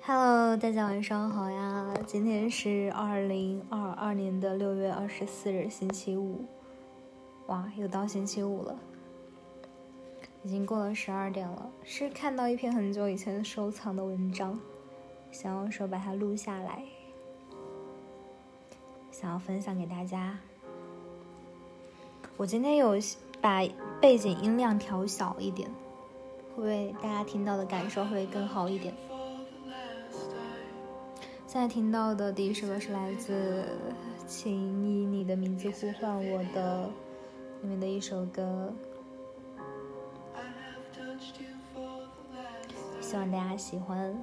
Hello， 大家晚上好呀！今天是2022年的6月24日，星期五。哇，又到星期五了，已经过了12点了。是看到一篇很久以前收藏的文章，想要说把它录下来，想要分享给大家。我今天有把背景音量调小一点，会不会大家听到的感受会更好一点？现在听到的第一首歌是来自请以你的名字呼唤我的里面的一首歌，希望大家喜欢。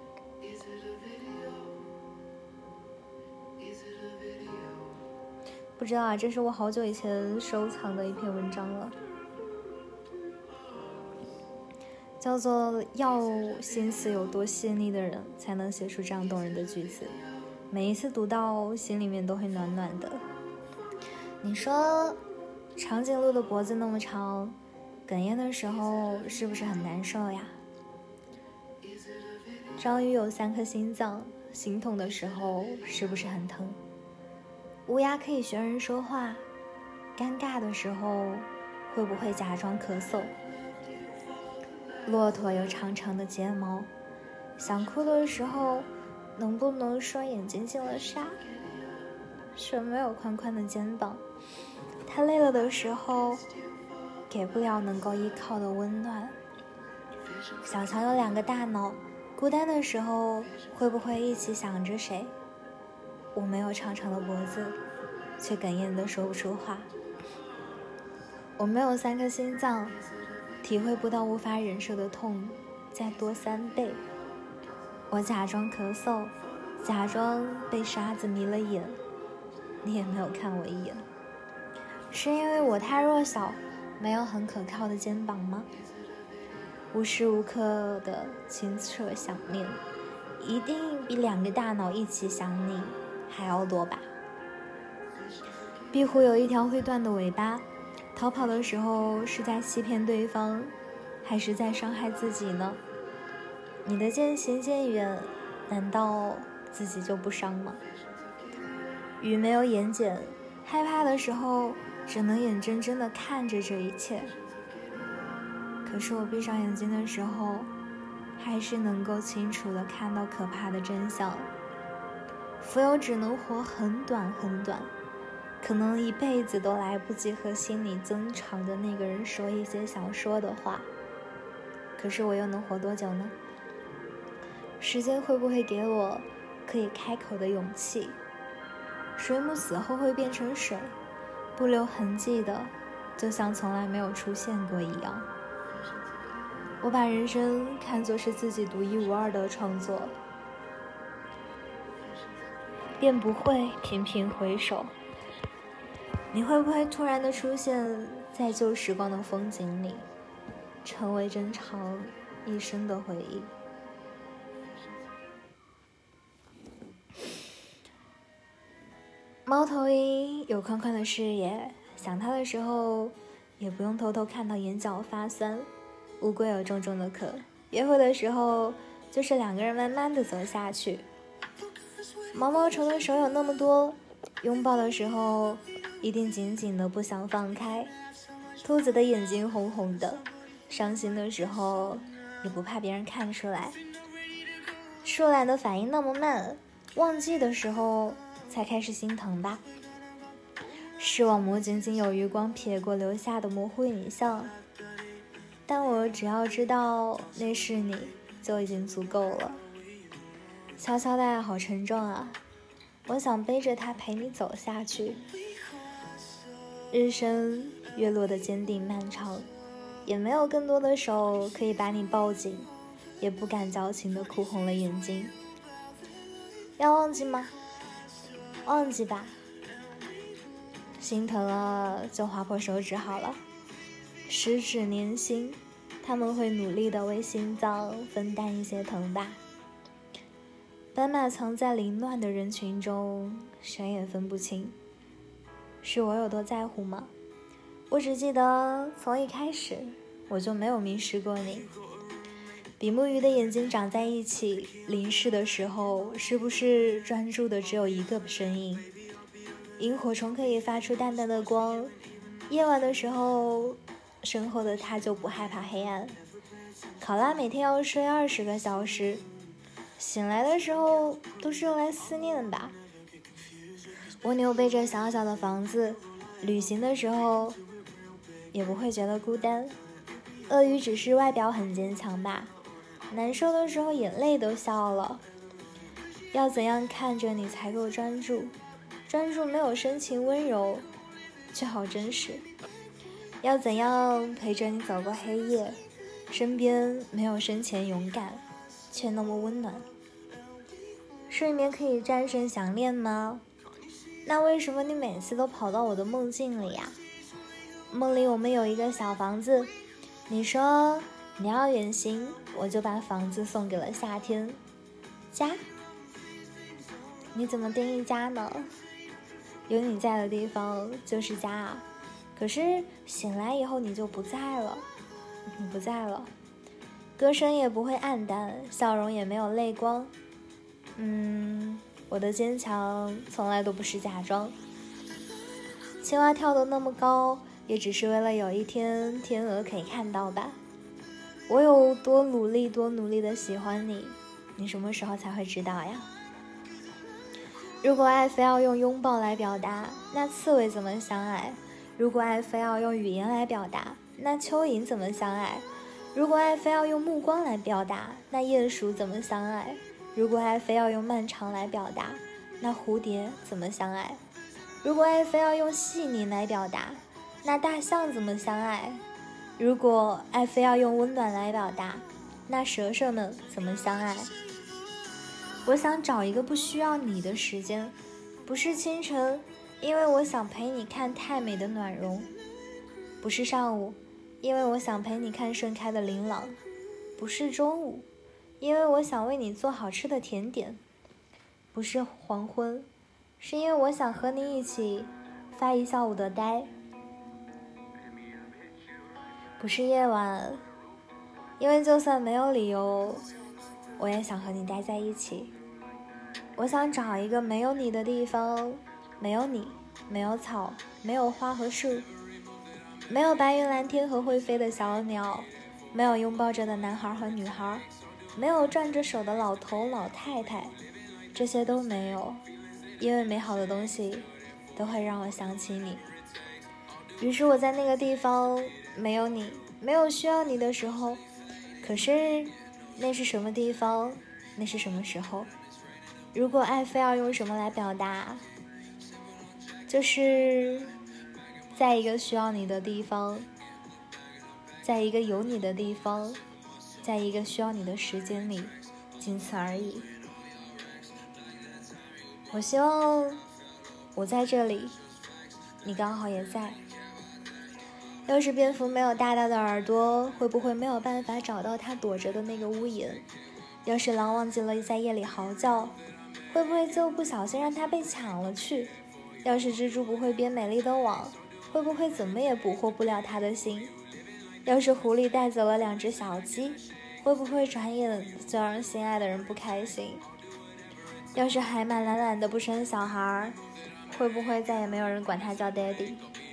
不知道啊，这是我好久以前收藏的一篇文章了，叫做要心思有多细腻的人才能写出这样动人的句子，每一次读到心里面都会暖暖的。你说长颈鹿的脖子那么长，哽咽的时候是不是很难受呀？章鱼有3颗心脏，心痛的时候是不是很疼？乌鸦可以学人说话，尴尬的时候会不会假装咳嗽？骆驼有长长的睫毛，想哭的时候能不能双眼睛进了沙？蛇没有宽宽的肩膀，它累了的时候给不了能够依靠的温暖。小强有2个大脑，孤单的时候会不会一起想着谁？我没有长长的脖子，却哽咽的说不出话。我没有3颗心脏，体会不到无法忍受的痛再多3倍。我假装咳嗽，假装被沙子迷了眼，你也没有看我一眼。是因为我太弱小，没有很可靠的肩膀吗？无时无刻的清澈想念，一定比2个大脑一起想你还要多吧。壁虎有1条会断的尾巴，逃跑的时候是在欺骗对方，还是在伤害自己呢？你的渐行渐远，难道自己就不伤吗？鱼没有眼睑，害怕的时候只能眼睁睁地看着这一切。可是我闭上眼睛的时候，还是能够清楚地看到可怕的真相。蜉蝣只能活很短很短，可能一辈子都来不及和心里增长的那个人说一些想说的话。可是我又能活多久呢？时间会不会给我可以开口的勇气？水母死后会变成水，不留痕迹的，就像从来没有出现过一样。我把人生看作是自己独一无二的创作，便不会频频回首。你会不会突然的出现在旧时光的风景里，成为珍藏一生的回忆？猫头鹰有宽宽的视野，想它的时候也不用偷偷看到眼角发酸。乌龟有重重的壳，约会的时候就是2个人慢慢的走下去。毛毛虫的手有那么多，拥抱的时候一定紧紧的不想放开。兔子的眼睛红红的，伤心的时候也不怕别人看出来。树懒的反应那么慢，忘记的时候才开始心疼吧。视网膜仅仅有余光瞥过留下的模糊影像，但我只要知道那是你就已经足够了。悄悄带好沉重啊，我想背着它陪你走下去。日升月落的坚定漫长，也没有更多的手可以把你抱紧，也不敢矫情的哭红了眼睛。要忘记吗？忘记吧，心疼了就划破手指好了。十指连心，他们会努力的为心脏分担一些疼吧。斑马藏在凌乱的人群中，谁也分不清。是我有多在乎吗？我只记得从一开始我就没有迷失过你。 比目鱼的眼睛长在一起，凝视的时候，是不是专注的只有一个身影？萤火虫可以发出淡淡的光，夜晚的时候，身后的它就不害怕黑暗。考拉每天要睡20个小时，醒来的时候都是用来思念吧。蜗牛背着小小的房子，旅行的时候也不会觉得孤单。鳄鱼只是外表很坚强吧，难受的时候眼泪都笑了。要怎样看着你才够专注？专注没有深情温柔，却好真实。要怎样陪着你走过黑夜？身边没有深情勇敢，却那么温暖。睡眠可以战胜想念吗？那为什么你每次都跑到我的梦境里呀？梦里我们有一个小房子，你说你要远行，我就把房子送给了夏天。家？你怎么定义家呢？有你在的地方就是家啊。可是醒来以后你就不在了，你不在了，歌声也不会暗淡，笑容也没有泪光。我的坚强从来都不是假装。青蛙跳得那么高，也只是为了有一天天鹅可以看到吧。我有多努力的喜欢你，你什么时候才会知道呀？如果爱非要用拥抱来表达，那刺猬怎么相爱？如果爱非要用语言来表达，那蚯蚓怎么相爱？如果爱非要用目光来表达，那鼹鼠怎么相爱？如果爱非要用漫长来表达，那蝴蝶怎么相爱？如果爱非要用细腻来表达，那大象怎么相爱？如果爱非要用温暖来表达，那蛇蛇们怎么相爱？我想找一个不需要你的时间，不是清晨，因为我想陪你看太美的暖融；不是上午，因为我想陪你看盛开的琳琅；不是中午，因为我想为你做好吃的甜点；不是黄昏，是因为我想和你一起发一下午的呆；不是夜晚，因为就算没有理由，我也想和你待在一起。我想找一个没有你的地方，没有你，没有草，没有花和树，没有白云蓝天和会飞的小鸟，没有拥抱着的男孩和女孩，没有转着手的老头老太太，这些都没有，因为美好的东西都会让我想起你。于是我在那个地方，没有你，没有需要你的时候，可是那是什么地方？那是什么时候？如果爱非要用什么来表达，就是在一个需要你的地方，在一个有你的地方，在一个需要你的时间里，仅此而已。我希望我在这里，你刚好也在。要是蝙蝠没有大大的耳朵，会不会没有办法找到它躲着的那个屋檐？要是狼忘记了在夜里嚎叫，会不会就不小心让它被抢了去？要是蜘蛛不会编美丽的网，会不会怎么也捕获不了它的心？要是狐狸带走了2只小鸡，会不会转眼就让心爱的人不开心？要是海马懒懒的不生小孩，会不会再也没有人管它叫 daddy？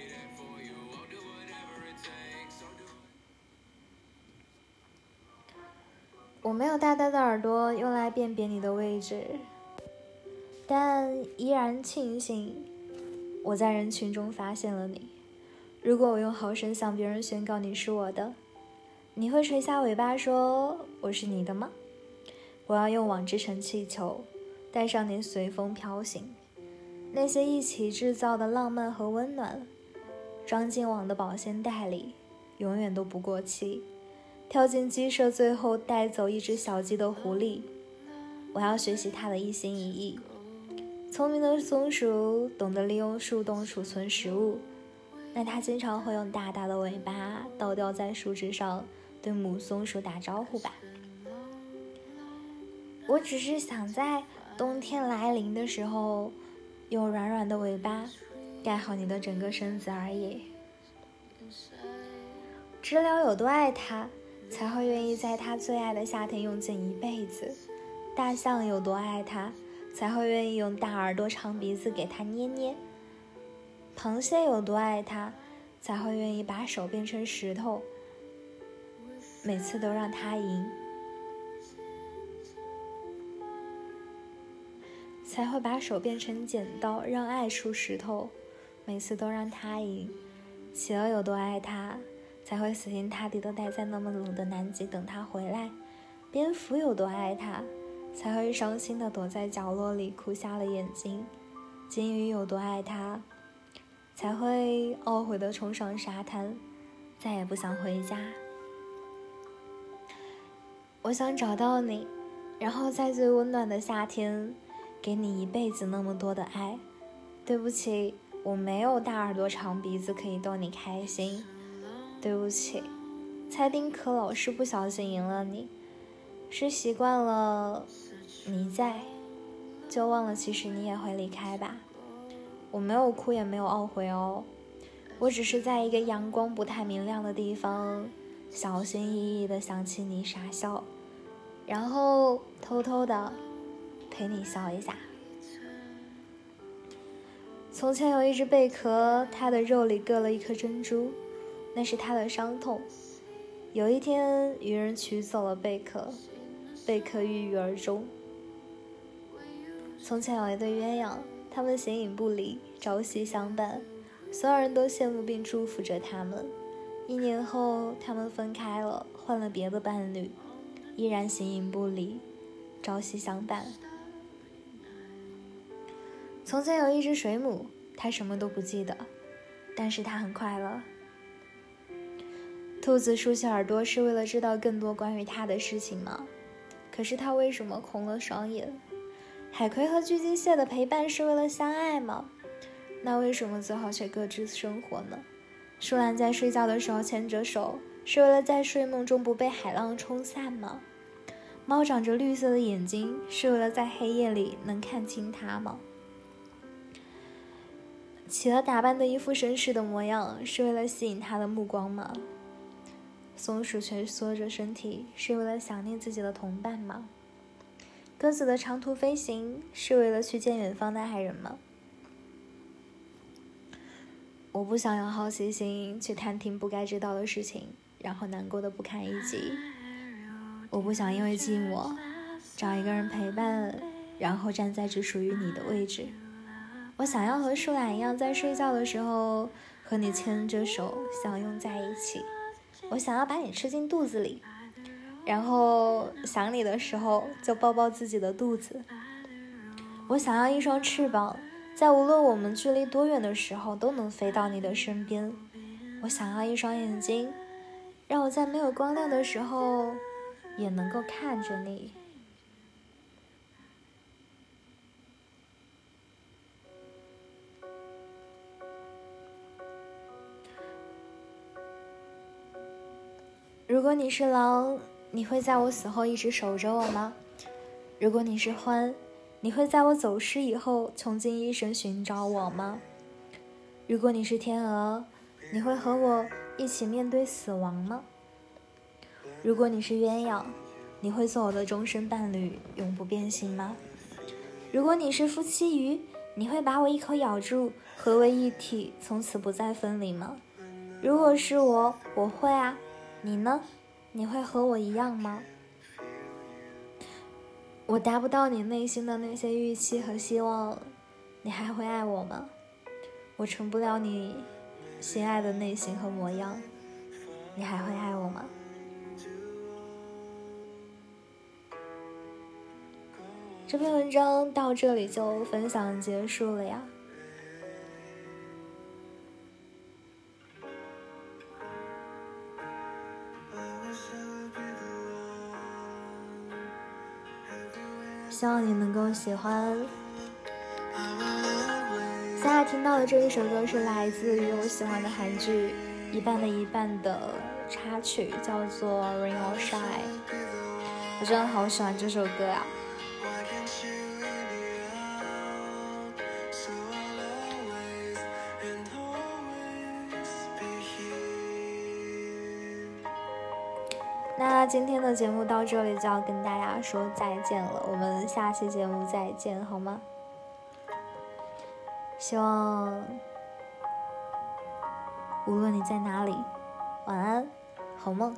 我没有大大的耳朵用来辨别你的位置，但依然庆幸我在人群中发现了你。如果我用吼声向别人宣告你是我的，你会垂下尾巴说我是你的吗？我要用网织成气球，带上你随风飘行，那些一起制造的浪漫和温暖，装进网的保鲜袋里，永远都不过期。跳进鸡舍，最后带走一只小鸡的狐狸，我要学习它的一心一意。聪明的松鼠懂得利用树洞储存食物，那它经常会用大大的尾巴倒吊在树枝上，对母松鼠打招呼吧。我只是想在冬天来临的时候，用软软的尾巴盖好你的整个身子而已。知了有多爱它， 才会愿意在他最爱的夏天用尽一辈子；大象有多爱他，才会愿意用大耳朵长鼻子给他捏捏；螃蟹有多爱他，才会愿意把手变成石头，每次都让他赢；才会把手变成剪刀，让爱出石头，每次都让他赢；企鹅有多爱他，才会死心塌地地待在那么冷的南极等他回来；蝙蝠有多爱他，才会伤心地躲在角落里哭瞎了眼睛；金鱼有多爱他，才会懊悔地冲上沙滩，再也不想回家。我想找到你，然后在最温暖的夏天给你一辈子那么多的爱。对不起，我没有大耳朵长鼻子可以逗你开心。对不起，蔡丁壳老是不小心赢了你，是习惯了你在，就忘了其实你也会离开吧。我没有哭也没有懊悔哦，我只是在一个阳光不太明亮的地方，小心翼翼地想起你傻笑，然后偷偷地陪你笑一下。从前有一只贝壳，它的肉里搁了一颗珍珠，那是它的伤痛。有一天，渔人取走了贝壳，贝壳郁郁而终。从前有一对鸳鸯，他们形影不离，朝夕相伴，所有人都羡慕并祝福着他们。1年后，他们分开了，换了别的伴侣，依然形影不离，朝夕相伴。从前有一只水母，它什么都不记得，但是它很快乐。兔子竖起耳朵是为了知道更多关于它的事情吗？可是它为什么红了双眼？海葵和巨鲸蟹的陪伴是为了相爱吗？那为什么最后却各自生活呢？树懒在睡觉的时候牵着手，是为了在睡梦中不被海浪冲散吗？猫长着绿色的眼睛，是为了在黑夜里能看清它吗？企鹅打扮的一副绅士的模样，是为了吸引他的目光吗？松鼠蜷缩着身体，是为了想念自己的同伴吗？鸽子的长途飞行，是为了去见远方的爱人吗？我不想用好奇心去探听不该知道的事情，然后难过的不堪一击。我不想因为寂寞找一个人陪伴，然后站在只属于你的位置。我想要和树懒一样，在睡觉的时候和你牵着手相拥在一起。我想要把你吃进肚子里，然后想你的时候就抱抱自己的肚子。我想要一双翅膀，在无论我们距离多远的时候都能飞到你的身边。我想要一双眼睛，让我在没有光亮的时候也能够看着你。如果你是狼，你会在我死后一直守着我吗？如果你是獾，你会在我走失以后穷尽一生寻找我吗？如果你是天鹅，你会和我一起面对死亡吗？如果你是鸳鸯，你会做我的终身伴侣，永不变心吗？如果你是夫妻鱼，你会把我一口咬住，合为一体，从此不再分离吗？如果是我会啊。你呢？你会和我一样吗？我达不到你内心的那些预期和希望，你还会爱我吗？我成不了你心爱的内心和模样，你还会爱我吗？这篇文章到这里就分享结束了呀。希望你能够喜欢。现在听到的这一首歌是来自于我喜欢的韩剧《一半的一半》的插曲，叫做 Rain or Shine。我真的好喜欢这首歌啊。 那今天的节目到这里就要跟大家说再见了，我们下期节目再见，好吗？希望无论你在哪里，晚安，好梦。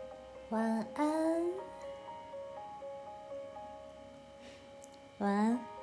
晚安，晚安。